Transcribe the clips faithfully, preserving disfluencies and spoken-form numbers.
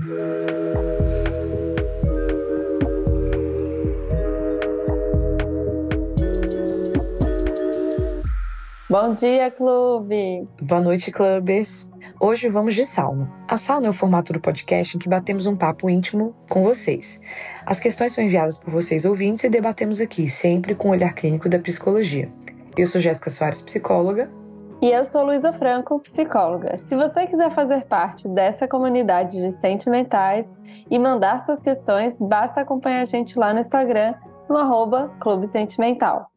Bom dia, clube! Boa noite, clubes! Hoje vamos de sauna. A sauna é o formato do podcast em que batemos um papo íntimo com vocês. As questões são enviadas por vocês ouvintes e debatemos aqui, sempre com o olhar clínico da psicologia. Eu sou Jéssica Soares, psicóloga. E eu sou Luísa Franco, psicóloga. Se você quiser fazer parte dessa comunidade de sentimentais e mandar suas questões, basta acompanhar a gente lá no Instagram, no arroba Clube Sentimental.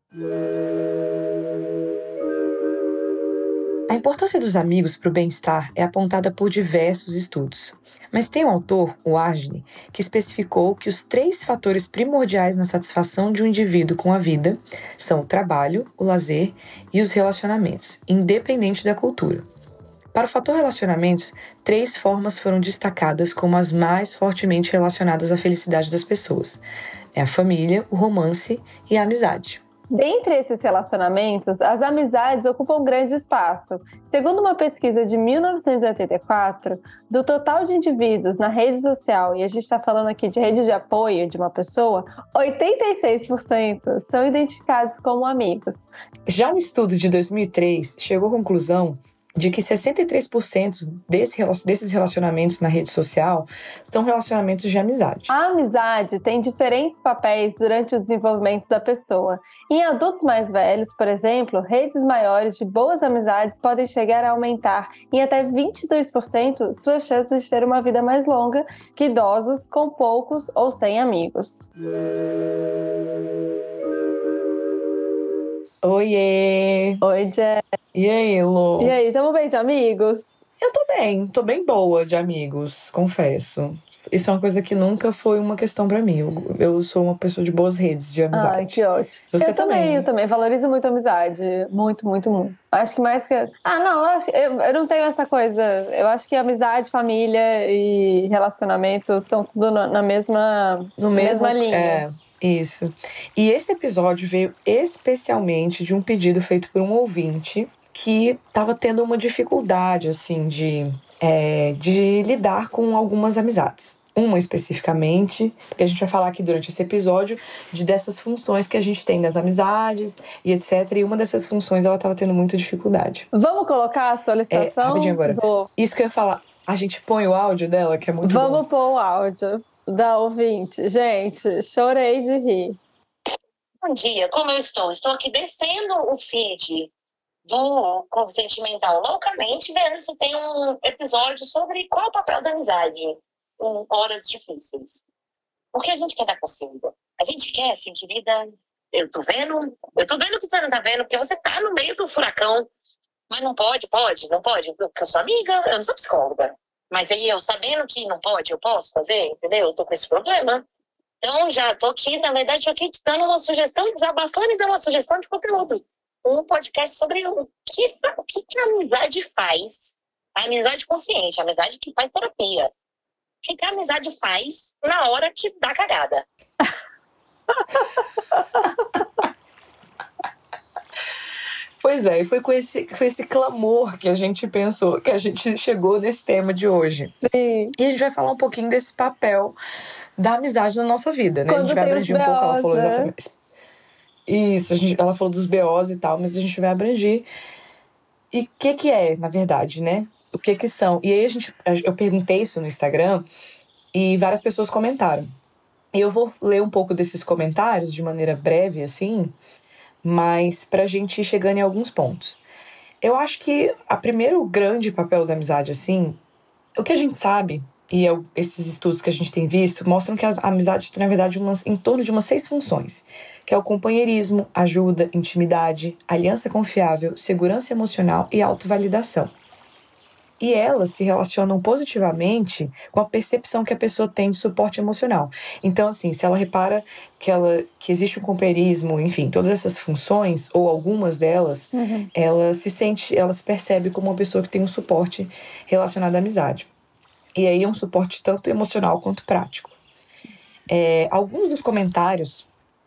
A importância dos amigos para o bem-estar é apontada por diversos estudos. Mas tem um autor, o Argine, que especificou que os três fatores primordiais na satisfação de um indivíduo com a vida são o trabalho, o lazer e os relacionamentos, independente da cultura. Para o fator relacionamentos, três formas foram destacadas como as mais fortemente relacionadas à felicidade das pessoas. É a família, o romance e a amizade. Dentre esses relacionamentos, as amizades ocupam grande espaço. Segundo uma pesquisa de mil novecentos e oitenta e quatro, do total de indivíduos na rede social, e a gente está falando aqui de rede de apoio de uma pessoa, oitenta e seis por cento são identificados como amigos. Já um estudo de dois mil e três chegou à conclusão de que sessenta e três por cento desse, desses relacionamentos na rede social são relacionamentos de amizade. A amizade tem diferentes papéis durante o desenvolvimento da pessoa. Em adultos mais velhos, por exemplo, redes maiores de boas amizades podem chegar a aumentar em até vinte e dois por cento suas chances de ter uma vida mais longa que idosos com poucos ou sem amigos. Oiê! Oi, Jé! E aí, Lô? E aí, tamo bem de amigos? Eu tô bem, tô bem boa de amigos, confesso. Isso é uma coisa que nunca foi uma questão pra mim. Eu, eu sou uma pessoa de boas redes de amizade. Ai, que ótimo. Você eu também, também, eu também. Valorizo muito a amizade. Muito, muito, muito. Acho que mais que... Ah, não, eu, acho... eu, eu não tenho essa coisa. Eu acho que amizade, família e relacionamento estão tudo na, na mesma, no na mesmo, mesma linha. É, isso. E esse episódio veio especialmente de um pedido feito por um ouvinte que estava tendo uma dificuldade, assim, de, é, de lidar com algumas amizades. Uma especificamente, porque a gente vai falar aqui durante esse episódio de dessas funções que a gente tem das amizades e etcétera. E uma dessas funções ela estava tendo muita dificuldade. Vamos colocar a solicitação? É, rapidinho agora. Do... Isso que eu ia falar, a gente põe o áudio dela, que é muito Vamos bom. pôr o áudio da ouvinte. Gente, chorei de rir. Bom dia, como eu estou? Estou aqui descendo o feed do Clube Sentimental loucamente, vendo se tem um episódio sobre qual é o papel da amizade em horas difíceis. O que a gente quer dar conselho? A gente quer, assim, querida, eu tô vendo, eu tô vendo o que você não tá vendo, porque você tá no meio do furacão, mas não pode, pode, não pode, porque eu sou amiga, eu não sou psicóloga. Mas aí eu sabendo que não pode, eu posso fazer, entendeu? Eu tô com esse problema. Então já tô aqui, na verdade, tô aqui dando uma sugestão, desabafando e dando uma sugestão de conteúdo. Um podcast sobre o que, o que a amizade faz. A amizade consciente, a amizade que faz terapia. O que a amizade faz na hora que dá cagada. Pois é, e foi com esse, com esse clamor que a gente pensou, que a gente chegou nesse tema de hoje. Sim. E a gente vai falar um pouquinho desse papel da amizade na nossa vida, né? Quando a gente vai tem abranger os um pouco, ela B Os, falou né? exatamente. Isso, a gente, ela falou dos B Os e tal, mas a gente vai abranger. E o que que é, na verdade, né? O que que são? E aí a gente, eu perguntei isso no Instagram e várias pessoas comentaram. E eu vou ler um pouco desses comentários de maneira breve, assim, mas pra gente ir chegando em alguns pontos. Eu acho que o primeiro grande papel da amizade, assim, o que a gente sabe, e é, esses estudos que a gente tem visto, mostram que a amizade tem, na verdade, umas, em torno de umas seis funções, que é o companheirismo, ajuda, intimidade, aliança confiável, segurança emocional e autovalidação. E elas se relacionam positivamente com a percepção que a pessoa tem de suporte emocional. Então, assim, se ela repara que, ela, que existe um companheirismo, enfim, todas essas funções, ou algumas delas, Uhum. ela se sente, ela se percebe como uma pessoa que tem um suporte relacionado à amizade. E aí é um suporte tanto emocional quanto prático. É, alguns dos comentários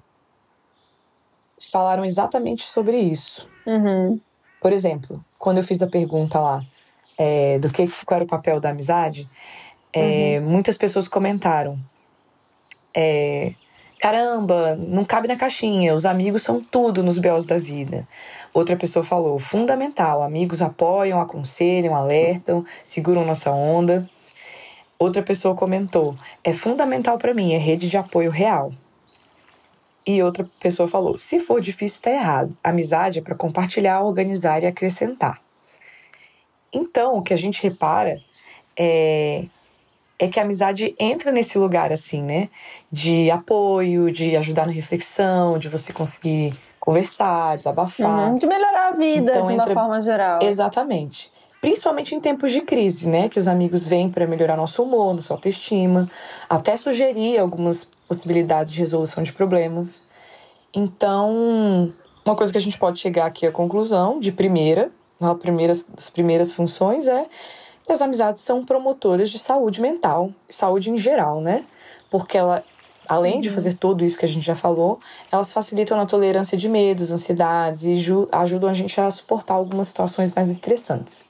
falaram exatamente sobre isso. Uhum. Por exemplo, quando eu fiz a pergunta lá, É, do que, qual era o papel da amizade, É, uhum. Muitas pessoas comentaram. É, Caramba, não cabe na caixinha, os amigos são tudo nos B Os da vida. Outra pessoa falou, fundamental, amigos apoiam, aconselham, alertam, seguram nossa onda. Outra pessoa comentou, é fundamental para mim, é rede de apoio real. E outra pessoa falou, se for difícil, tá errado. Amizade é para compartilhar, organizar e acrescentar. Então, o que a gente repara é, é que a amizade entra nesse lugar, assim, né? De apoio, de ajudar na reflexão, de você conseguir conversar, desabafar. Uhum, de melhorar a vida, então, de uma entra... forma geral. Exatamente. Principalmente em tempos de crise, né? Que os amigos vêm para melhorar nosso humor, nossa autoestima, até sugerir algumas possibilidades de resolução de problemas. Então, uma coisa que a gente pode chegar aqui à conclusão, de primeira, uma primeiras, das primeiras funções é que as amizades são promotoras de saúde mental, saúde em geral, né? Porque ela, além uhum. de fazer tudo isso que a gente já falou, elas facilitam na tolerância de medos, ansiedades e ju- ajudam a gente a suportar algumas situações mais estressantes.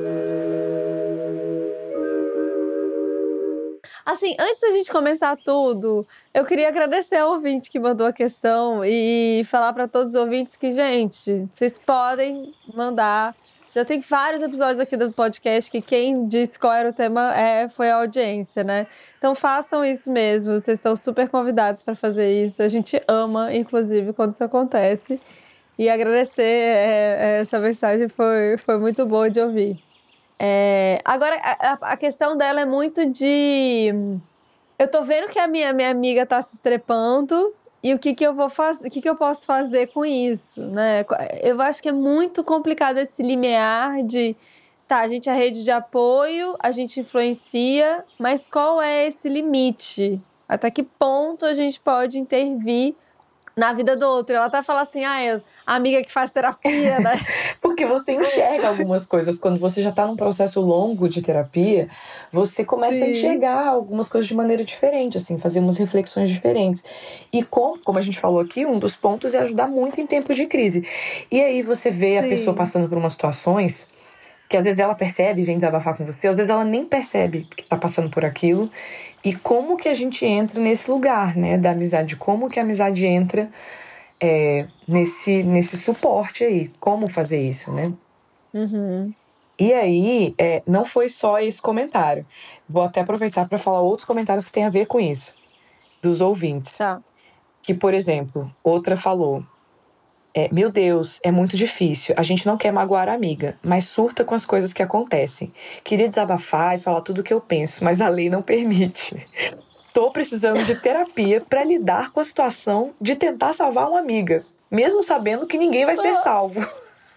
Assim, antes da gente começar tudo, eu queria agradecer ao ouvinte que mandou a questão e falar para todos os ouvintes que, gente, vocês podem mandar. Já tem vários episódios aqui do podcast que quem disse qual era o tema é, foi a audiência, né? Então façam isso mesmo, vocês são super convidados para fazer isso. A gente ama, inclusive, quando isso acontece. E agradecer, é, essa mensagem foi, foi muito boa de ouvir. É, agora, a, a questão dela é muito de... Eu tô vendo que a minha, minha amiga tá se estrepando e o que que eu vou fazer, o que que eu posso fazer com isso, né? Eu acho que é muito complicado esse limiar de... Tá, a gente é rede de apoio, a gente influencia, mas qual é esse limite? Até que ponto a gente pode intervir na vida do outro? Ela até fala assim, ah, é a amiga que faz terapia, né? Porque você enxerga algumas coisas. Quando você já tá num processo longo de terapia, você começa Sim. a enxergar algumas coisas de maneira diferente, assim, fazer umas reflexões diferentes. E como, como a gente falou aqui, um dos pontos é ajudar muito em tempo de crise. E aí você vê a Sim. pessoa passando por umas situações que às vezes ela percebe e vem desabafar com você, às vezes ela nem percebe que tá passando por aquilo. E como que a gente entra nesse lugar, né, da amizade? Como que a amizade entra é, nesse, nesse suporte aí? Como fazer isso, né? Uhum. E aí, é, não foi só esse comentário. Vou até aproveitar para falar outros comentários que têm a ver com isso, dos ouvintes. Tá. Que, por exemplo, outra falou... É, meu Deus, é muito difícil. A gente não quer magoar a amiga, mas surta com as coisas que acontecem. Queria desabafar e falar tudo o que eu penso, mas a lei não permite. Tô precisando de terapia para lidar com a situação de tentar salvar uma amiga, mesmo sabendo que ninguém vai ser salvo.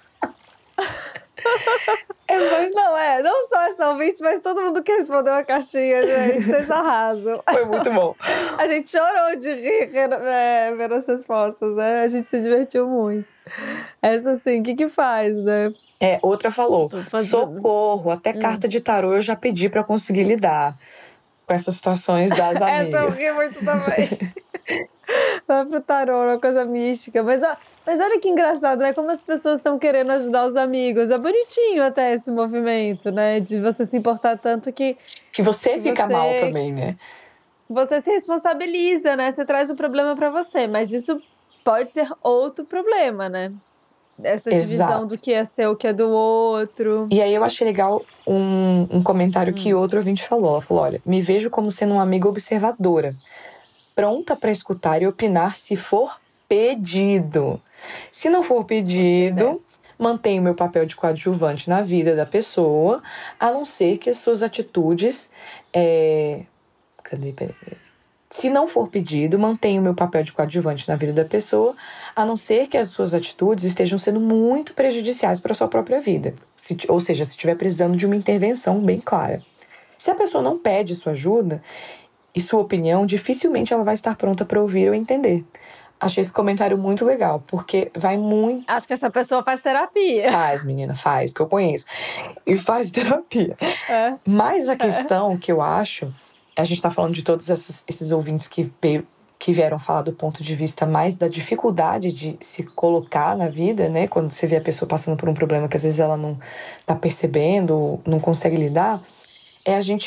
É, mas... Não, é, não só essa ouvinte, mas todo mundo que respondeu a caixinha, gente, vocês arrasam. Foi muito bom. A gente chorou de rir é, vendo as respostas, né? A gente se divertiu muito. Essa, assim, o que que faz, né? É, outra falou, socorro, até hum. carta de tarô eu já pedi pra conseguir lidar com essas situações das amigas. Essa eu ri muito também. Vai pro tarô, uma coisa mística. Mas, ó, mas olha que engraçado, né? Como as pessoas estão querendo ajudar os amigos. É bonitinho até esse movimento, né? De você se importar tanto que... Que você que fica você, mal também, né? Você se responsabiliza, né? Você traz o problema pra você. Mas isso pode ser outro problema, né? Essa Exato. divisão do que é seu, o que é do outro. E aí eu achei legal um, um comentário hum. que outro ouvinte falou. Ela falou, olha, me vejo como sendo uma amiga observadora, pronta para escutar e opinar se for pedido. Se não for pedido, mantenho meu papel de coadjuvante na vida da pessoa, a não ser que as suas atitudes... É... Cadê? Peraí, peraí. Se não for pedido, mantenho meu papel de coadjuvante na vida da pessoa, a não ser que as suas atitudes estejam sendo muito prejudiciais para a sua própria vida. Se, ou seja, se estiver precisando de uma intervenção bem clara. Se a pessoa não pede sua ajuda e sua opinião, dificilmente ela vai estar pronta para ouvir ou entender. Achei esse comentário muito legal, porque vai muito... Acho que essa pessoa faz terapia. Faz, menina, faz, que eu conheço. E faz terapia. É. Mas a questão é. que eu acho... A gente tá falando de todos esses, esses ouvintes que, que vieram falar do ponto de vista mais da dificuldade de se colocar na vida, né? Quando você vê a pessoa passando por um problema que às vezes ela não tá percebendo, não consegue lidar. É a gente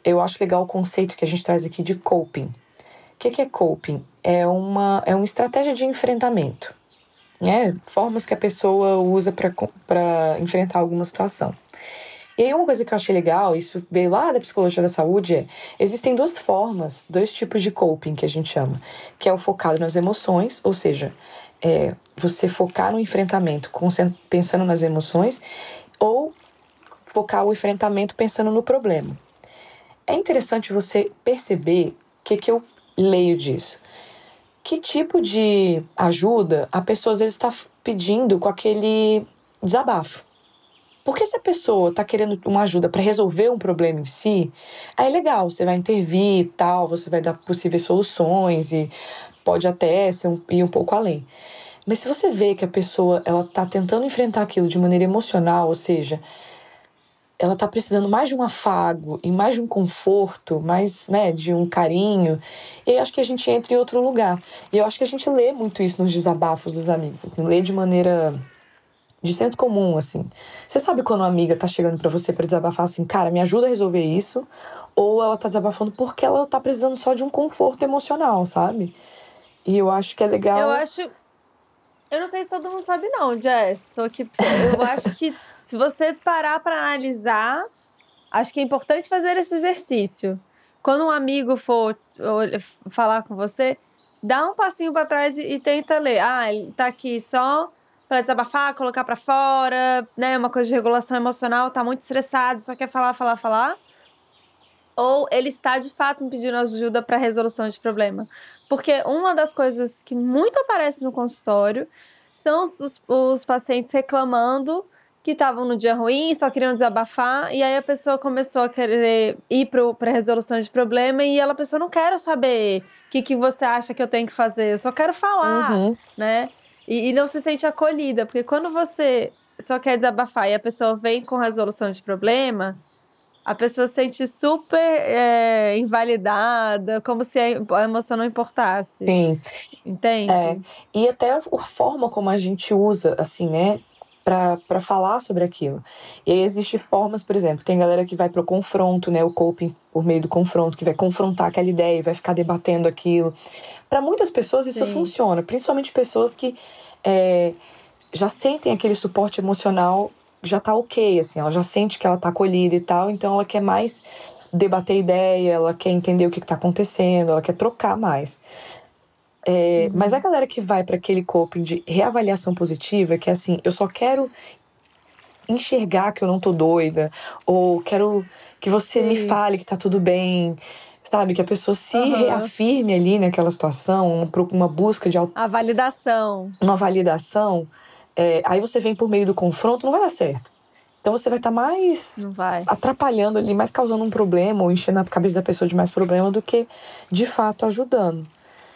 eu acho legal o conceito que a gente traz aqui de coping. O que, que é coping? É uma, é uma estratégia de enfrentamento, né? Formas que a pessoa usa para enfrentar alguma situação. E aí uma coisa que eu achei legal, isso veio lá da psicologia da saúde, é existem duas formas, dois tipos de coping que a gente chama, que é o focado nas emoções, ou seja, é você focar no enfrentamento pensando nas emoções, ou focar o enfrentamento pensando no problema. É interessante você perceber o que, que eu leio disso. Que tipo de ajuda a pessoa às vezes está pedindo com aquele desabafo? Porque se a pessoa está querendo uma ajuda para resolver um problema em si, aí é legal, você vai intervir e tal, você vai dar possíveis soluções e pode até ser um, ir um pouco além. Mas se você vê que a pessoa ela está tentando enfrentar aquilo de maneira emocional, ou seja, ela está precisando mais de um afago e mais de um conforto, mais, né, de um carinho, e aí acho que a gente entra em outro lugar. E eu acho que a gente lê muito isso nos desabafos dos amigos, assim, lê de maneira de senso comum, assim. Você sabe quando uma amiga tá chegando pra você pra desabafar assim, cara, me ajuda a resolver isso, ou ela tá desabafando porque ela tá precisando só de um conforto emocional, sabe? E eu acho que é legal... Eu acho... Eu não sei se todo mundo sabe não, Jess. Tô aqui... Eu acho que se você parar pra analisar, acho que é importante fazer esse exercício. Quando um amigo for falar com você, dá um passinho pra trás e, e tenta ler. Ah, ele tá aqui só pra desabafar, colocar pra fora, né? Uma coisa de regulação emocional, tá muito estressado, só quer falar, falar, falar. Ou ele está, de fato, me pedindo ajuda pra resolução de problema. Porque uma das coisas que muito aparece no consultório são os, os, os pacientes reclamando que estavam no dia ruim, só queriam desabafar, e aí a pessoa começou a querer ir para a resolução de problema, e ela, a pessoa, não quero saber o que, que você acha que eu tenho que fazer, eu só quero falar, Uhum. né? E, e não se sente acolhida, porque quando você só quer desabafar e a pessoa vem com resolução de problema, a pessoa se sente super é, invalidada, como se a emoção não importasse. Sim. Entende? É. E até a forma como a gente usa, assim, né? Pra, pra falar sobre aquilo. E aí existem formas, por exemplo, tem galera que vai pro confronto, né? O coping por meio do confronto, que vai confrontar aquela ideia e vai ficar debatendo aquilo. Para muitas pessoas isso Sim. funciona, principalmente pessoas que é, já sentem aquele suporte emocional, já tá ok, assim, ela já sente que ela tá acolhida e tal, então ela quer mais debater ideia, ela quer entender o que, que tá acontecendo, ela quer trocar mais. É, uhum. Mas a galera que vai para aquele coping de reavaliação positiva, que é assim, eu só quero enxergar que eu não tô doida, ou quero que você Sim. me fale que tá tudo bem, sabe? Que a pessoa se uhum. reafirme ali naquela situação, uma busca de... A validação. Uma validação. É, aí você vem por meio do confronto, não vai dar certo. Então você vai estar tá mais não vai. atrapalhando ali, mais causando um problema, ou enchendo a cabeça da pessoa de mais problema do que, de fato, ajudando.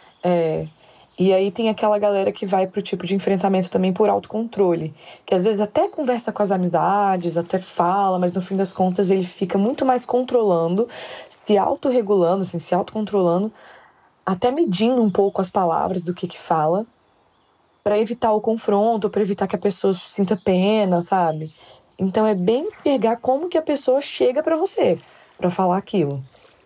É, e aí tem aquela galera que vai pro tipo de enfrentamento também por autocontrole, que às vezes até conversa com as amizades, até fala, mas no fim das contas ele fica muito mais controlando, se autorregulando, assim, se autocontrolando, até medindo um pouco as palavras do que que fala, para evitar o confronto, para evitar que a pessoa sinta pena, sabe? Então é bem enxergar como que a pessoa chega para você, para falar aquilo.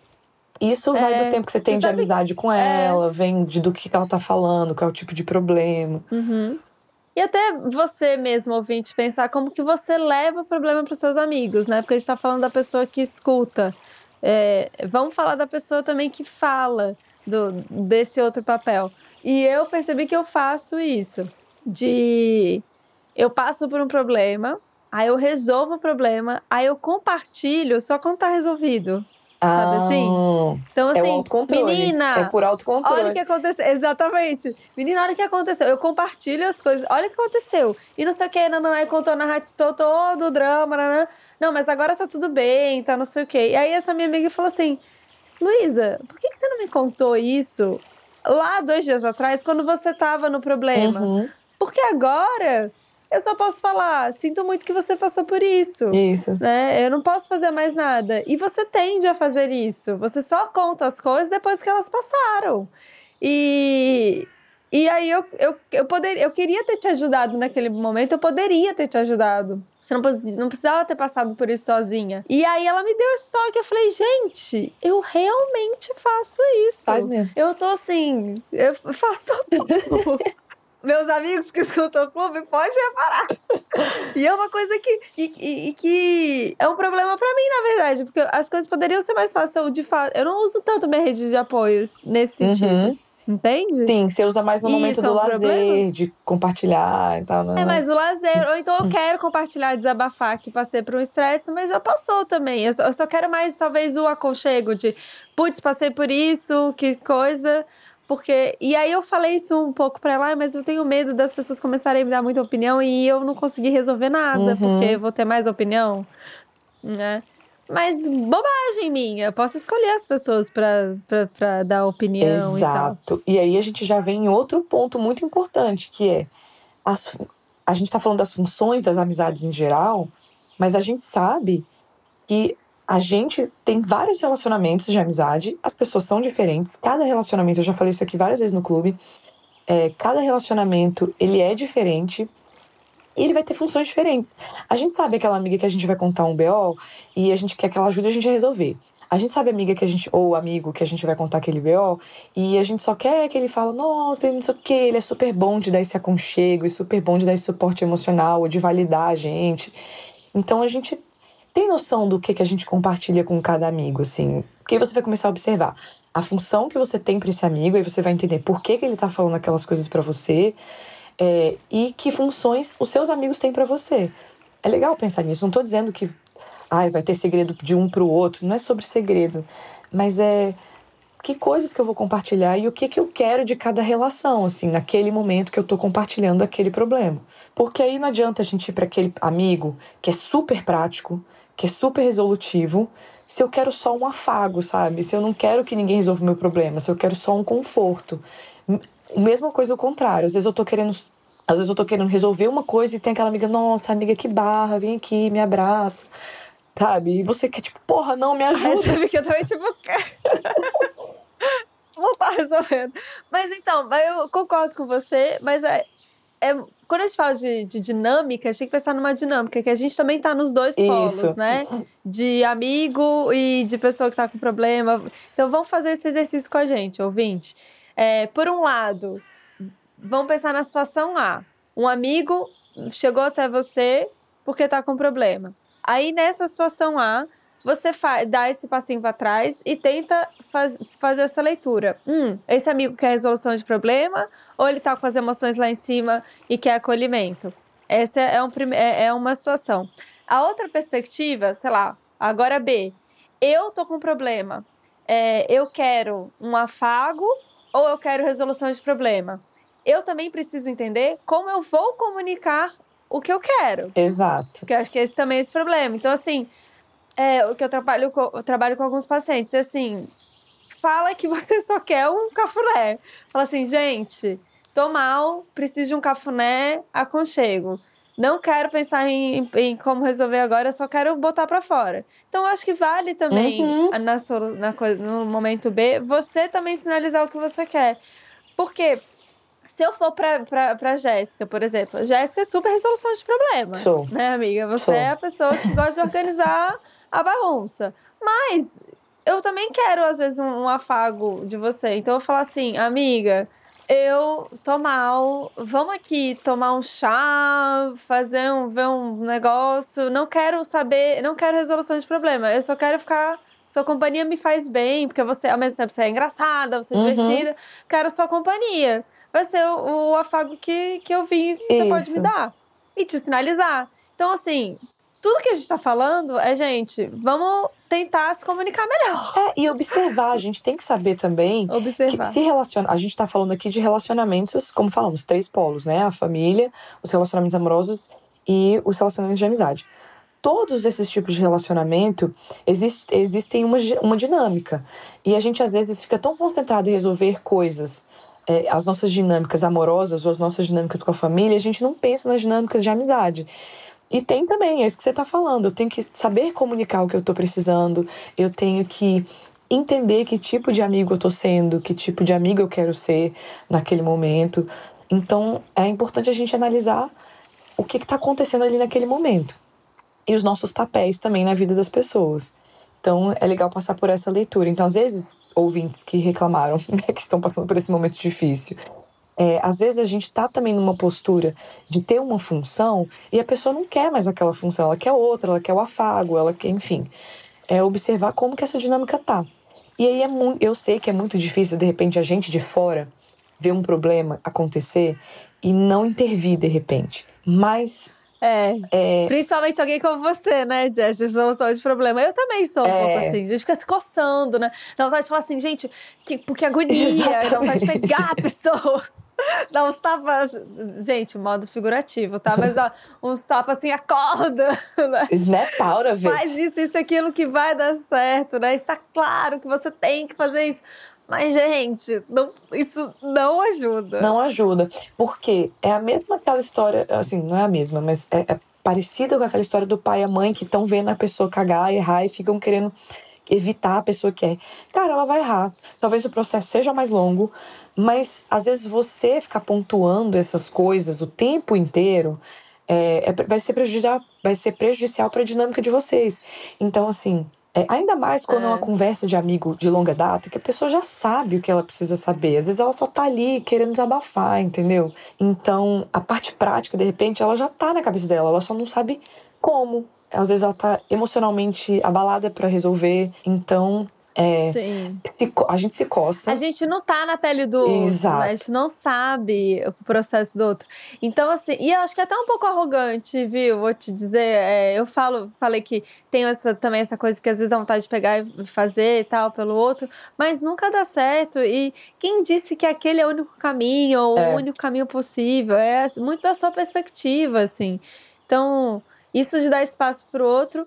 Isso vai é, do tempo que você tem de amizade com ela, é. vem de, do que ela tá falando, qual é o tipo de problema. Uhum. E até você mesmo, ouvinte, pensar como que você leva o problema para os seus amigos, né? Porque a gente tá falando da pessoa que escuta. É, vamos falar da pessoa também que fala do, desse outro papel. E eu percebi que eu faço isso. De... Eu passo por um problema, aí eu resolvo o problema, aí eu compartilho só quando tá resolvido. Ah, sabe assim? Então, assim, é o autocontrole. menina, é por autocontrole. Olha o que aconteceu. Exatamente. Menina, olha o que aconteceu. Eu compartilho as coisas. Olha o que aconteceu. E não sei o que, não, não, aí contou narrativa, todo o drama, não, não. Não, mas agora tá tudo bem, tá não sei o que. E aí essa minha amiga falou assim, Luísa, por que, que você não me contou isso lá dois dias atrás, quando você tava no problema? Uhum. Porque agora... eu só posso falar, sinto muito que você passou por isso. Isso. Né? Eu não posso fazer mais nada. E você tende a fazer isso. Você só conta as coisas depois que elas passaram. E, E aí eu, eu, eu, poderia, eu queria ter te ajudado naquele momento, eu poderia ter te ajudado. Você não, não precisava ter passado por isso sozinha. E aí ela me deu esse toque, eu falei, gente, eu realmente faço isso. Faz mesmo. Eu tô assim, eu faço tudo. Meus amigos que escutam o clube, pode reparar. E é uma coisa que, que, que, que é um problema pra mim, na verdade. Porque as coisas poderiam ser mais fáceis. Eu, de fato, eu não uso tanto minha rede de apoios nesse sentido. Uhum. Entende? Sim, você usa mais no E momento isso do é um lazer, problema? de compartilhar e tal. Né? É, mas o lazer. Ou então eu quero compartilhar, desabafar, que passei por um estresse, mas já passou também. Eu só, eu só quero mais, talvez, o aconchego de, putz, passei por isso, que coisa. Porque, e aí eu falei isso um pouco pra ela, mas eu tenho medo das pessoas começarem a me dar muita opinião e eu não conseguir resolver nada, Uhum. porque eu vou ter mais opinião, né? Mas bobagem minha, eu posso escolher as pessoas pra, pra, pra dar opinião. Exato. E tal. E aí a gente já vem em outro ponto muito importante, que é as, a gente tá falando das funções das amizades em geral, mas a gente sabe que a gente tem vários relacionamentos de amizade, as pessoas são diferentes, cada relacionamento, eu já falei isso aqui várias vezes no clube, é, cada relacionamento, ele é diferente e ele vai ter funções diferentes. A gente sabe aquela amiga que a gente vai contar um B O e a gente quer que ela ajude a gente a resolver. A gente sabe a amiga que a gente, ou amigo que a gente vai contar aquele B O e a gente só quer que ele fale, nossa, ele não sei o que, ele é super bom de dar esse aconchego, e super bom de dar esse suporte emocional, ou de validar a gente. Então a gente tem noção do que, que a gente compartilha com cada amigo, assim. Porque aí você vai começar a observar a função que você tem para esse amigo, aí você vai entender por que, que ele tá falando aquelas coisas para você, é, e que funções os seus amigos têm para você. É legal pensar nisso. Não tô dizendo que ai, vai ter segredo de um pro outro. Não é sobre segredo. Mas é que coisas que eu vou compartilhar e o que, que eu quero de cada relação, assim, naquele momento que eu tô compartilhando aquele problema. Porque aí não adianta a gente ir para aquele amigo que é super prático, que é super resolutivo, se eu quero só um afago, sabe? Se eu não quero que ninguém resolva o meu problema, se eu quero só um conforto. Mesma coisa ao contrário. Às vezes eu tô querendo, às vezes eu tô querendo resolver uma coisa e tem aquela amiga, nossa, amiga, que barra, vem aqui, me abraça, sabe? E você quer, tipo, porra, não, me ajuda. Aí você fica também, tipo, não tá resolvendo. Mas então, eu concordo com você, mas é, é, quando a gente fala de, de dinâmica, a gente tem que pensar numa dinâmica, que a gente também tá nos dois polos, Isso. né? De amigo e de pessoa que tá com problema. Então vamos fazer esse exercício com a gente, ouvinte. É, por um lado, vamos pensar na situação A. Um amigo chegou até você porque tá com problema. Aí nessa situação A, você faz, dá esse passinho para trás e tenta faz, fazer essa leitura. Hum, esse amigo quer resolução de problema ou ele tá com as emoções lá em cima e quer acolhimento? Essa é, um, é, é uma situação. A outra perspectiva, sei lá, agora B. Eu tô com problema. É, eu quero um afago ou eu quero resolução de problema? Eu também preciso entender como eu vou comunicar o que eu quero. Exato. Porque eu acho que esse também é esse problema. Então, assim... É, o que eu trabalho, com, eu trabalho com alguns pacientes, assim, fala que você só quer um cafuné. Fala assim, gente, tô mal, preciso de um cafuné, aconchego. Não quero pensar em, em como resolver agora, só quero botar pra fora. Então, eu acho que vale também, uhum. na, na, no momento B, você também sinalizar o que você quer. Porque... Se eu for pra, pra, pra Jéssica, por exemplo, a Jéssica é super resolução de problema. Sou. Né, amiga? Você Sou. é a pessoa que gosta de organizar a bagunça. Mas eu também quero, às vezes, um, um afago de você. Então eu falo assim, amiga, eu tô mal, vamos aqui tomar um chá, fazer um, ver um negócio. Não quero saber, não quero resolução de problema. Eu só quero ficar... Sua companhia me faz bem, porque você, ao mesmo tempo, você é engraçada, você é uhum. divertida. Quero sua companhia. Vai ser o, o afago que, que eu vi que você Isso. pode me dar. E te sinalizar. Então, assim, tudo que a gente tá falando é, gente, vamos tentar se comunicar melhor. É, e observar. A gente tem que saber também... Observar. Que se relaciona... A gente tá falando aqui de relacionamentos, como falamos, três polos, né? A família, os relacionamentos amorosos e os relacionamentos de amizade. Todos esses tipos de relacionamento existe, existem uma, uma dinâmica. E a gente, às vezes, fica tão concentrado em resolver coisas, é, as nossas dinâmicas amorosas ou as nossas dinâmicas com a família, a gente não pensa nas dinâmicas de amizade. E tem também, é isso que você está falando, eu tenho que saber comunicar o que eu estou precisando, eu tenho que entender que tipo de amigo eu tô sendo, que tipo de amigo eu quero ser naquele momento. Então, é importante a gente analisar o que está acontecendo ali naquele momento. E os nossos papéis também na vida das pessoas. Então, é legal passar por essa leitura. Então, às vezes, ouvintes que reclamaram, né, que estão passando por esse momento difícil, é, às vezes a gente tá também numa postura de ter uma função e a pessoa não quer mais aquela função, ela quer outra, ela quer o afago, ela quer, enfim. É observar como que essa dinâmica tá. E aí, é muito, eu sei que é muito difícil, de repente, a gente de fora ver um problema acontecer e não intervir, de repente. Mas... É. é... Principalmente alguém como você, né, Jess, de solução de problema. Eu também sou um é... pouco assim. A gente fica se coçando, né? Dá vontade de falar assim, gente, que, que agonia. Exatamente. Dá vontade de pegar a pessoa. Dá uns tapas. Gente, modo figurativo, tá? Mas dá uns tapas assim, acorda. Né? Snap out of it. Faz isso, isso, aquilo que vai dar certo, né? Está claro que você tem que fazer isso. Mas, gente, não, isso não ajuda. Não ajuda. Porque é a mesma aquela história, assim, não é a mesma, mas é, é parecida com aquela história do pai e a mãe que estão vendo a pessoa cagar, errar e ficam querendo evitar a pessoa que é. Cara, ela vai errar. Talvez o processo seja mais longo, mas às vezes você ficar pontuando essas coisas o tempo inteiro é, é, vai ser prejudicial, vai ser prejudicial para a dinâmica de vocês. Então, assim... É, ainda mais quando é. é uma conversa de amigo de longa data, que a pessoa já sabe o que ela precisa saber. Às vezes ela só tá ali querendo desabafar, entendeu? Então, a parte prática, de repente, ela já tá na cabeça dela, ela só não sabe como. Às vezes ela tá emocionalmente abalada pra resolver. Então, é, se, a gente se coça. A gente não tá na pele do outro, Exato. Né? A gente não sabe o processo do outro. Então, assim, e eu acho que é até um pouco arrogante, viu? Vou te dizer, é, eu falo, falei que tenho essa, também essa coisa que às vezes dá vontade de pegar e fazer e tal pelo outro, mas nunca dá certo. E quem disse que aquele é o único caminho, ou é. o único caminho possível? É muito da sua perspectiva, assim. Então... Isso de dar espaço para o outro,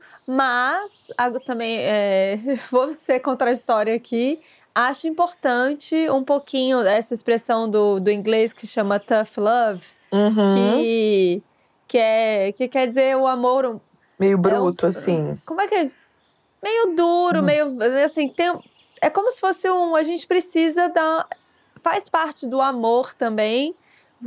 mas também é, vou ser contraditória aqui. Acho importante um pouquinho essa expressão do, do inglês que chama tough love, uhum. que, que, é, que quer dizer o amor... Meio bruto, é um, assim. Como é que é? Meio duro, uhum. meio... assim, tem, é como se fosse um... A gente precisa dar... Faz parte do amor também...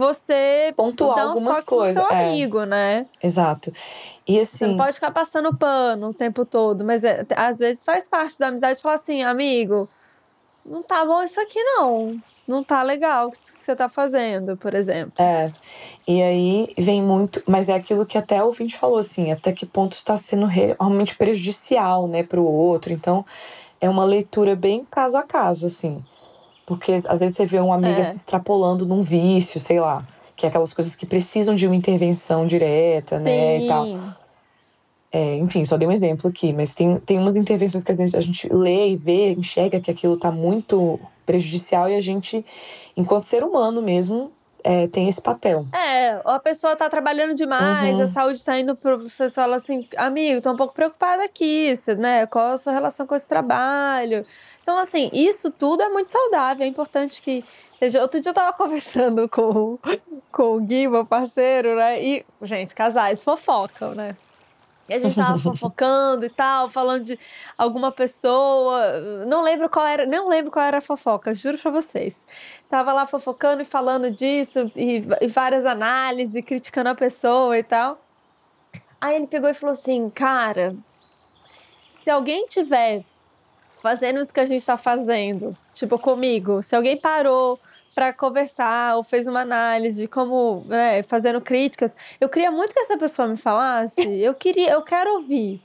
Você pontuar dá um algumas soque coisas. no seu é. amigo, né? Exato. E assim... Você não pode ficar passando pano o tempo todo, mas é, às vezes faz parte da amizade falar assim, amigo, não tá bom isso aqui não. Não tá legal o que você tá fazendo, por exemplo. É, e aí vem muito... Mas é aquilo que até o ouvinte falou, assim, até que ponto está sendo realmente prejudicial, né, pro outro. Então, é uma leitura bem caso a caso, assim. Porque às vezes você vê uma amiga é. se extrapolando num vício, sei lá. Que é aquelas coisas que precisam de uma intervenção direta, né, Sim. e tal. É, enfim, só dei um exemplo aqui. Mas tem, tem umas intervenções que a gente, a gente lê e vê, enxerga que aquilo tá muito prejudicial. E a gente, enquanto ser humano mesmo, é, tem esse papel. É, a pessoa tá trabalhando demais, uhum. a saúde tá indo pro... Você fala assim, amigo, tô um pouco preocupada aqui, né? Qual a sua relação com esse trabalho? Então, assim, isso tudo é muito saudável. É importante que... Outro dia eu tava conversando com, com o Gui, meu parceiro, né? E, gente, casais fofocam, né? E a gente tava fofocando e tal, falando de alguma pessoa. Não lembro qual era, não lembro qual era a fofoca, juro pra vocês. Tava lá fofocando e falando disso, e, e várias análises, criticando a pessoa e tal. Aí ele pegou e falou assim, cara, se alguém tiver fazendo isso que a gente tá fazendo, tipo comigo, se alguém parou para conversar ou fez uma análise de como, né, fazendo críticas, eu queria muito que essa pessoa me falasse, eu queria, eu quero ouvir.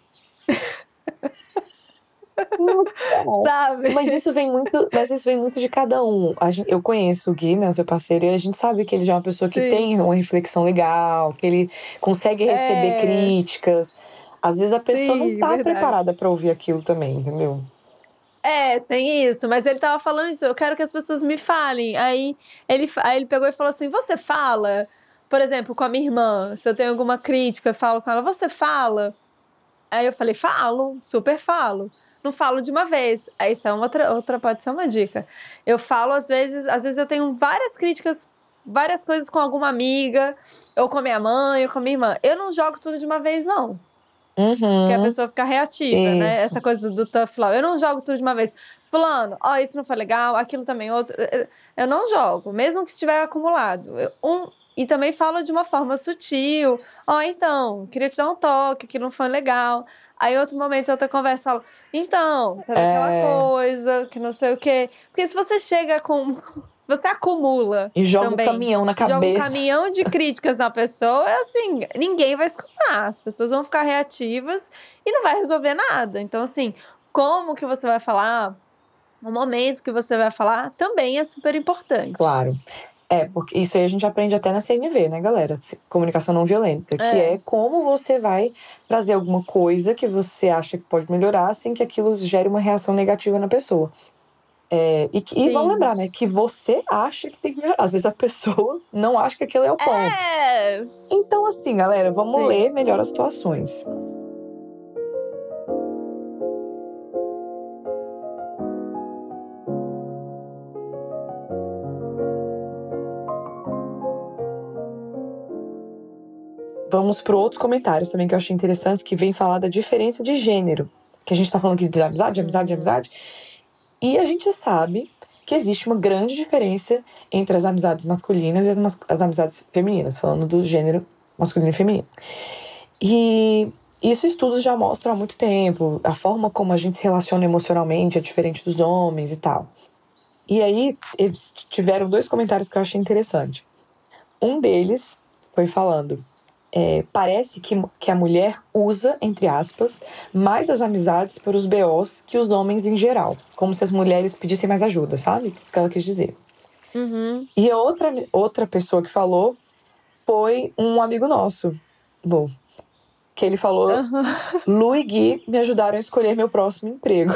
Sabe? Mas isso vem muito, mas isso vem muito de cada um. A gente, eu conheço o Gui, né, o seu parceiro, e a gente sabe que ele já é uma pessoa que Sim. tem uma reflexão legal, que ele consegue receber é... críticas. Às vezes a pessoa Sim, não tá verdade. preparada para ouvir aquilo também, entendeu? É, tem isso, mas ele tava falando isso, eu quero que as pessoas me falem. Aí ele, aí ele pegou e falou assim, você fala? Por exemplo, com a minha irmã, se eu tenho alguma crítica, eu falo com ela, você fala? Aí eu falei, falo, super falo. Não falo de uma vez. Aí isso é uma outra, outra, pode ser uma dica. Eu falo às vezes, às vezes eu tenho várias críticas, várias coisas com alguma amiga, ou com a minha mãe, ou com a minha irmã. Eu não jogo tudo de uma vez, não. Uhum. Que a pessoa fica reativa, Isso. né? Essa coisa do tough love. Eu não jogo tudo de uma vez. Fulano, ó, isso não foi legal, aquilo também, outro. Eu não jogo, mesmo que estiver acumulado. Eu, um, e também falo de uma forma sutil. Ó, então, queria te dar um toque, que não foi legal. Aí, outro momento, outra conversa, falo, então, teve É. aquela coisa, que não sei o quê. Porque se você chega com... Você acumula E joga também. o caminhão na cabeça. Joga um caminhão de críticas na pessoa, é assim, ninguém vai escutar. As pessoas vão ficar reativas e não vai resolver nada. Então, assim, como que você vai falar, o momento que você vai falar, também é super importante. Claro. É, porque isso aí a gente aprende até na C N V, né, galera? Comunicação não violenta. Que É. é como você vai trazer alguma coisa que você acha que pode melhorar sem que aquilo gere uma reação negativa na pessoa. É, e, e vamos lembrar, né, que você acha que tem que melhorar. Às vezes a pessoa não acha que aquilo é o ponto. É. Então, assim, galera, vamos Sim. ler melhor as situações. Vamos para outros comentários também que eu achei interessantes, que vem falar da diferença de gênero. Que a gente tá falando aqui de amizade, de amizade, de amizade. E a gente sabe que existe uma grande diferença entre as amizades masculinas e as, as amizades femininas, falando do gênero masculino e feminino. E isso estudos já mostram há muito tempo. A forma como a gente se relaciona emocionalmente é diferente dos homens e tal. E aí, eles tiveram dois comentários que eu achei interessante. Um deles foi falando... É, parece que, que a mulher usa, entre aspas, mais as amizades para os B Os que os homens em geral. Como se as mulheres pedissem mais ajuda, sabe? Isso que ela quis dizer. Uhum. E a outra, outra pessoa que falou foi um amigo nosso, Lu. Que ele falou, Uhum. Lu e Gui me ajudaram a escolher meu próximo emprego.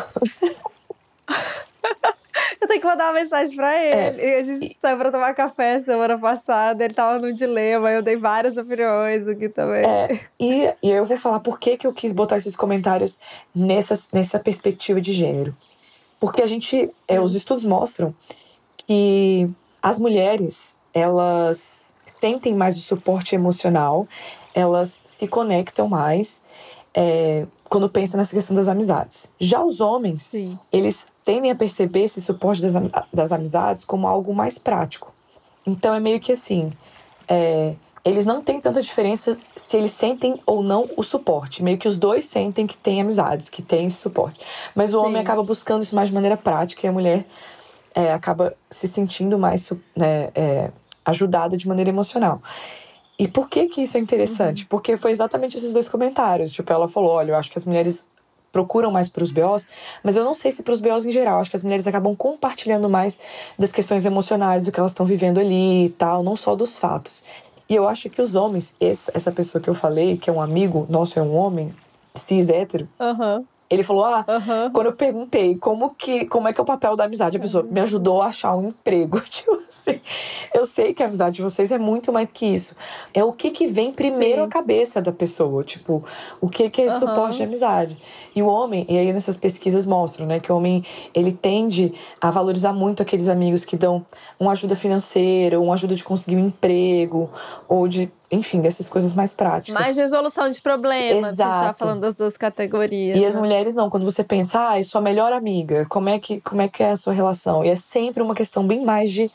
Eu tenho que mandar uma mensagem pra ele. É. E a gente saiu pra tomar café semana passada, ele tava num dilema, eu dei várias opiniões, o Gui também. É, e, e eu vou falar por que, que eu quis botar esses comentários nessa, nessa perspectiva de gênero. Porque a gente, é, os estudos mostram que as mulheres, elas sentem mais o suporte emocional, elas se conectam mais é, quando pensam nessa questão das amizades. Já os homens, Sim. eles tendem a perceber esse suporte das, das amizades como algo mais prático. Então é meio que assim, é, eles não têm tanta diferença se eles sentem ou não o suporte. Meio que os dois sentem que tem amizades, que tem esse suporte. Mas o homem Sim. acaba buscando isso mais de maneira prática e a mulher é, acaba se sentindo mais né, é, ajudada de maneira emocional. E por que que isso é interessante? Uhum. Porque foi exatamente esses dois comentários. Tipo, ela falou, olha, eu acho que as mulheres procuram mais para os B Os, mas eu não sei se para os B Os em geral. Acho que as mulheres acabam compartilhando mais das questões emocionais, do que elas estão vivendo ali e tal, não só dos fatos. E eu acho que os homens, esse, essa pessoa que eu falei, que é um amigo nosso, é um homem cis hétero, Uhum. ele falou, ah, uhum. quando eu perguntei como, que, como é que é o papel da amizade, a pessoa uhum. me ajudou a achar um emprego. Tipo assim, eu sei que a amizade de vocês é muito mais que isso. É o que que vem primeiro Sim. à cabeça da pessoa. Tipo, o que que é uhum. suporte de amizade. E o homem, e aí nessas pesquisas mostram, né, que o homem, ele tende a valorizar muito aqueles amigos que dão uma ajuda financeira, uma ajuda de conseguir um emprego, ou de... Enfim, dessas coisas mais práticas. Mais resolução de problemas. Exato. Você já falando das duas categorias. E né? as mulheres não. Quando você pensa, ah, é sua melhor amiga, como é, que, como é que é a sua relação? E é sempre uma questão bem mais de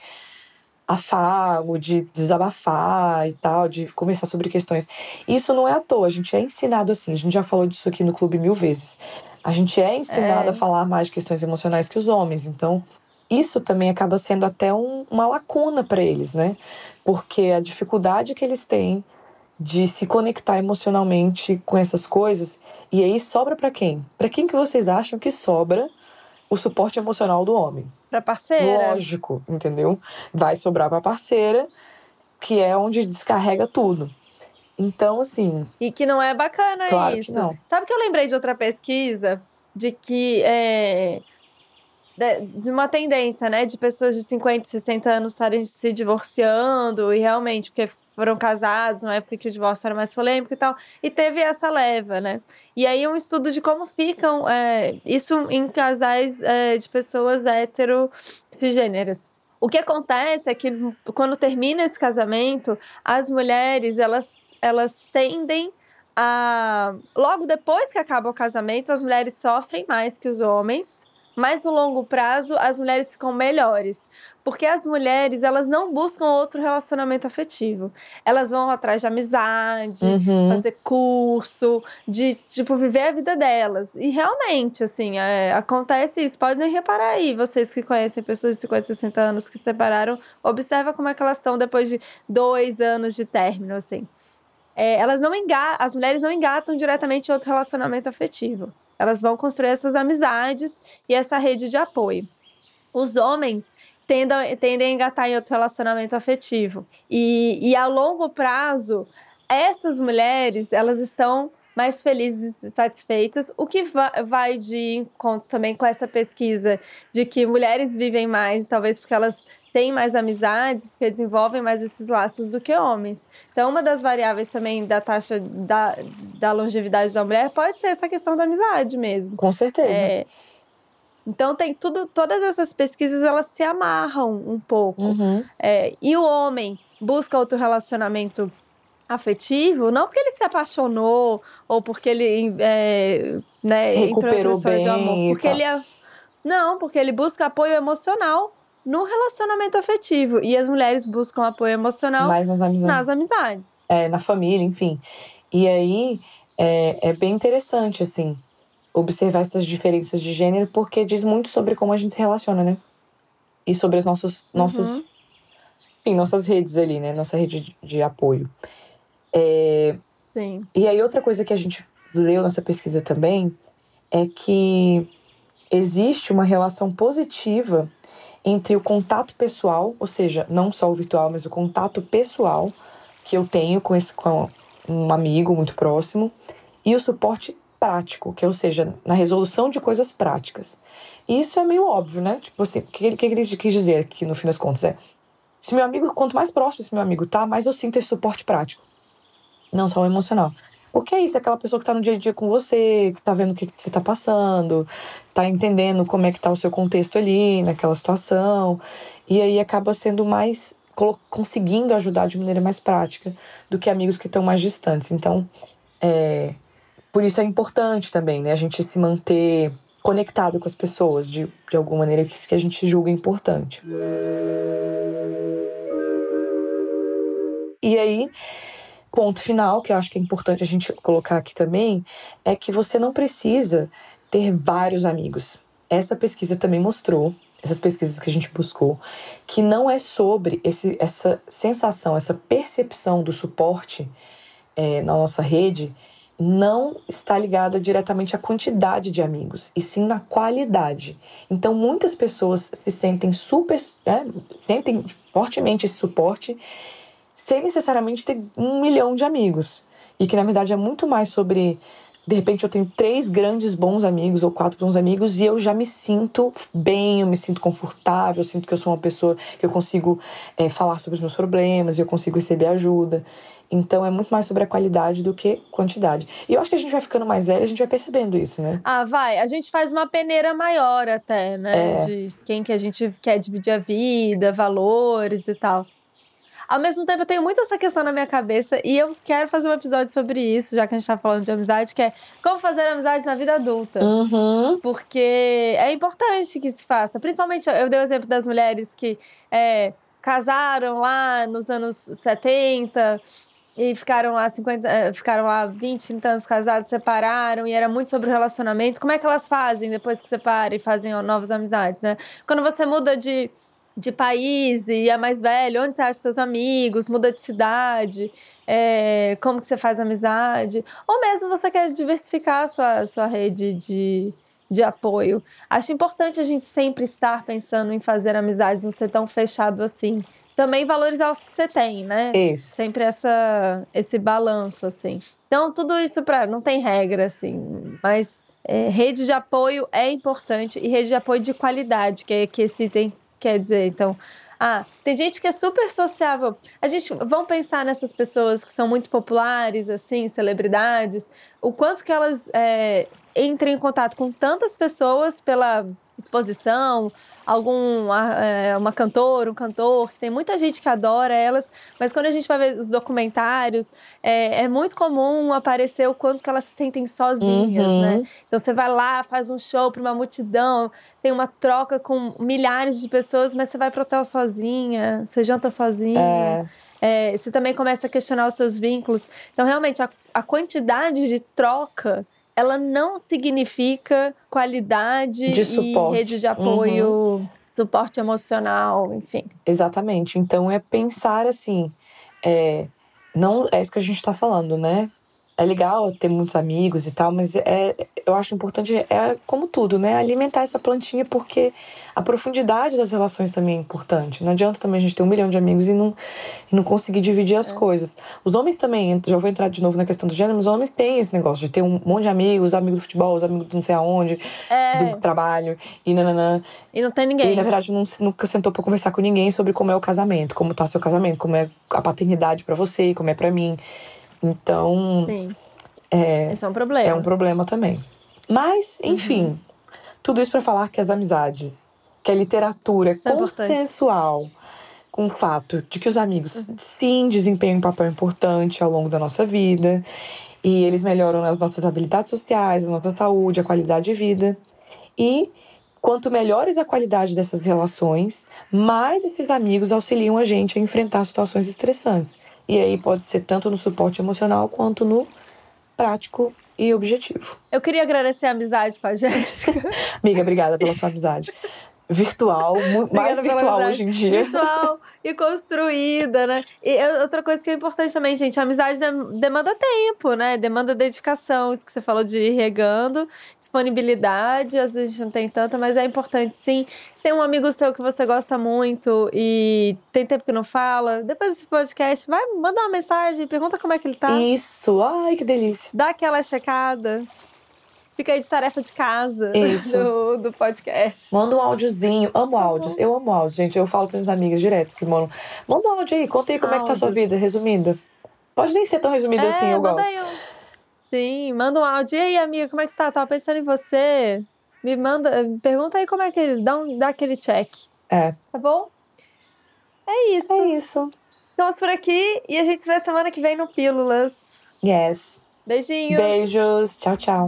afago, de desabafar e tal, de conversar sobre questões. Isso não é à toa, a gente é ensinado assim. A gente já falou disso aqui no clube mil vezes. A gente é ensinado É. a falar mais de questões emocionais que os homens. Então, isso também acaba sendo até um, uma lacuna para eles, né? Porque a dificuldade que eles têm de se conectar emocionalmente com essas coisas. E aí sobra pra quem? Pra quem que vocês acham que sobra o suporte emocional do homem? Pra parceira. Lógico, entendeu? Vai sobrar pra parceira, que é onde descarrega tudo. Então, assim... E que não é bacana claro isso. Que não. Sabe que eu lembrei de outra pesquisa? De que... É... de uma tendência, né, de pessoas de cinquenta, sessenta anos estarem se divorciando, e realmente, porque foram casados numa época que o divórcio era mais polêmico e tal, e teve essa leva, né? E aí um estudo de como ficam é, isso em casais é, de pessoas hétero cisgêneras. O que acontece é que quando termina esse casamento, as mulheres, elas, elas tendem a... logo depois que acaba o casamento, as mulheres sofrem mais que os homens, mas no longo prazo as mulheres ficam melhores. Porque as mulheres, elas não buscam outro relacionamento afetivo. Elas vão atrás de amizade, Uhum. fazer curso, de, tipo, viver a vida delas. E realmente, assim, é, acontece isso. Podem reparar aí, vocês que conhecem pessoas de cinquenta, sessenta anos que se separaram, observa como é que elas estão depois de dois anos de término, assim. É, elas não enga... As mulheres não engatam diretamente em outro relacionamento afetivo. Elas vão construir essas amizades e essa rede de apoio. Os homens tendem, tendem a engatar em outro relacionamento afetivo. E, e a longo prazo, essas mulheres, elas estão mais felizes e satisfeitas, o que va- vai de encontro também com essa pesquisa de que mulheres vivem mais, talvez porque elas têm mais amizades, porque desenvolvem mais esses laços do que homens. Então, uma das variáveis também da taxa da, da longevidade da mulher pode ser essa questão da amizade mesmo. Com certeza. É, então, tem tudo, todas essas pesquisas, elas se amarram um pouco. Uhum. É, e o homem busca outro relacionamento afetivo, não porque ele se apaixonou ou porque ele é, né, entrou em outra Recuperou história de amor. bem e Porque tal. ele é... Não, porque ele busca apoio emocional no relacionamento afetivo. E as mulheres buscam apoio emocional Mais nas amizades. nas amizades. É, na família, enfim. E aí, é, é bem interessante, assim, observar essas diferenças de gênero, porque diz muito sobre como a gente se relaciona, né? E sobre as nossas, nossos, Uhum. enfim, nossas redes ali, né? Nossa rede de, de apoio. É, Sim. e aí, outra coisa que a gente leu nessa pesquisa também é que existe uma relação positiva entre o contato pessoal, ou seja, não só o virtual, mas o contato pessoal que eu tenho com, esse, com um amigo muito próximo, e o suporte prático, que, ou seja, na resolução de coisas práticas. E isso é meio óbvio, né? Tipo assim, o que ele, que ele quis dizer aqui, no fim das contas, é: se meu amigo, quanto mais próximo esse meu amigo tá, mais eu sinto esse suporte prático, não só o emocional. Porque é isso, é aquela pessoa que tá no dia a dia com você, que tá vendo o que você tá passando, tá entendendo como é que tá o seu contexto ali, naquela situação. E aí acaba sendo mais... conseguindo ajudar de maneira mais prática do que amigos que estão mais distantes. Então, é, por isso é importante também, né? A gente se manter conectado com as pessoas, de, de alguma maneira que, que a gente julga importante. E aí... ponto final, que eu acho que é importante a gente colocar aqui também, é que você não precisa ter vários amigos. Essa pesquisa também mostrou, essas pesquisas que a gente buscou, que não é sobre esse, essa sensação, essa percepção do suporte é, na nossa rede, não está ligada diretamente à quantidade de amigos, e sim na qualidade. Então, muitas pessoas se sentem super, né, sentem fortemente esse suporte, sem necessariamente ter um milhão de amigos. E que, na verdade, é muito mais sobre... De repente, eu tenho três grandes bons amigos ou quatro bons amigos e eu já me sinto bem, eu me sinto confortável, eu sinto que eu sou uma pessoa que eu consigo é, falar sobre os meus problemas e eu consigo receber ajuda. Então, é muito mais sobre a qualidade do que quantidade. E eu acho que a gente vai ficando mais velha, a gente vai percebendo isso, né? Ah, vai. A gente faz uma peneira maior até, né? É. De quem que a gente quer dividir a vida, valores e tal. Ao mesmo tempo, eu tenho muito essa questão na minha cabeça e eu quero fazer um episódio sobre isso, já que a gente tá falando de amizade, que é como fazer amizade na vida adulta. Uhum. Porque é importante que se faça. Principalmente, eu dei o exemplo das mulheres que é, casaram lá nos anos setenta e ficaram lá cinquenta, ficaram lá vinte, trinta anos casados, separaram e era muito sobre o relacionamento. Como é que elas fazem depois que separam e fazem novas amizades, né? Quando você muda de, de país e é mais velho, onde você acha seus amigos, muda de cidade, é, como que você faz amizade? Ou mesmo você quer diversificar a sua, sua rede de, de apoio. Acho importante a gente sempre estar pensando em fazer amizades, não ser tão fechado assim. Também valorizar os que você tem, né? Isso. Sempre essa, esse balanço, assim. Então, tudo isso pra... não tem regra, assim. Mas é, rede de apoio é importante. E rede de apoio de qualidade, que, que esse item quer dizer. Então, ah, tem gente que é super sociável. A gente... Vamos pensar nessas pessoas que são muito populares, assim, celebridades. O quanto que elas... É, entram em contato com tantas pessoas pela exposição, algum, é, uma cantora, um cantor, que tem muita gente que adora elas, mas quando a gente vai ver os documentários, é, é muito comum aparecer o quanto que elas se sentem sozinhas, Uhum. né? Então você vai lá, faz um show para uma multidão, tem uma troca com milhares de pessoas, mas você vai pro hotel sozinha, você janta sozinha. É. É, você também começa a questionar os seus vínculos. Então, realmente, a, a quantidade de troca, ela não significa qualidade De e suporte. rede de apoio, Uhum. suporte emocional, enfim. Exatamente. Então, é pensar assim, é, não é isso que a gente tá falando, né? É legal ter muitos amigos e tal, mas é, eu acho importante, é como tudo, né? Alimentar essa plantinha, porque a profundidade das relações também é importante. Não adianta também a gente ter um milhão de amigos e não, e não conseguir dividir as é. coisas. Os homens também, já vou entrar de novo na questão do gênero, os homens têm esse negócio de ter um monte de amigos, amigos do futebol, os amigos do não sei aonde, é. do trabalho, e nananã. E não tem ninguém. E, na verdade, não, nunca sentou pra conversar com ninguém sobre como é o casamento, como tá seu casamento, como é a paternidade pra você, como é pra mim. Então, Sim. É, Esse é um problema. É um problema também. Mas, enfim, uhum. tudo isso para falar que as amizades, que a literatura é consensual com o fato de que os amigos, uhum. sim, desempenham um papel importante ao longo da nossa vida e eles melhoram as nossas habilidades sociais, a nossa saúde, a qualidade de vida. E quanto melhores a qualidade dessas relações, mais esses amigos auxiliam a gente a enfrentar situações estressantes. E aí pode ser tanto no suporte emocional quanto no prático e objetivo. Eu queria agradecer a amizade com a Jéssica. Amiga, obrigada pela sua amizade. Virtual, mais virtual hoje em dia. Virtual e construída, né? E outra coisa que é importante também, gente, a amizade demanda tempo, né? Demanda dedicação, isso que você falou de ir regando, disponibilidade, às vezes a gente não tem tanta, mas é importante sim. Tem um amigo seu que você gosta muito e tem tempo que não fala, depois desse podcast, vai, manda uma mensagem, pergunta como é que ele tá. Isso, ai que delícia. Dá aquela checada. Fica aí de tarefa de casa do, do podcast. Manda um áudiozinho. Amo áudios. Eu amo áudios, gente. Eu falo para minhas amigas direto que mandam. Manda um áudio aí. Conta aí como áudios. É que tá a sua vida, resumida. Pode nem ser tão resumida é, assim, eu manda gosto. Aí um... Sim, manda um áudio. E aí, amiga, como é que você tá? Tava pensando em você. Me manda... Pergunta aí como é que ele... Dá, um, dá aquele check. É. Tá bom? É isso. É isso. Ficamos por aqui e a gente se vê semana que vem no Pílulas. Yes. Beijinhos. Beijos. Tchau, tchau.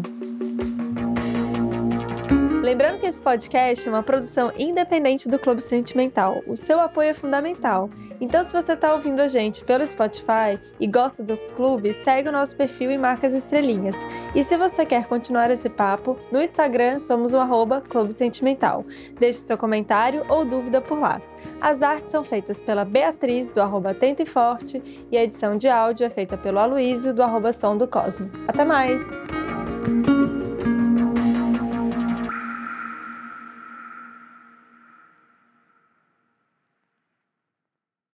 Lembrando que esse podcast é uma produção independente do Clube Sentimental. O seu apoio é fundamental. Então, se você está ouvindo a gente pelo Spotify e gosta do clube, segue o nosso perfil e marca as estrelinhas. E se você quer continuar esse papo, no Instagram somos o arroba Clube Sentimental. Deixe seu comentário ou dúvida por lá. As artes são feitas pela Beatriz, do arroba Atenta e Forte, e a edição de áudio é feita pelo Aloísio, do arroba Som do Cosmo. Até mais!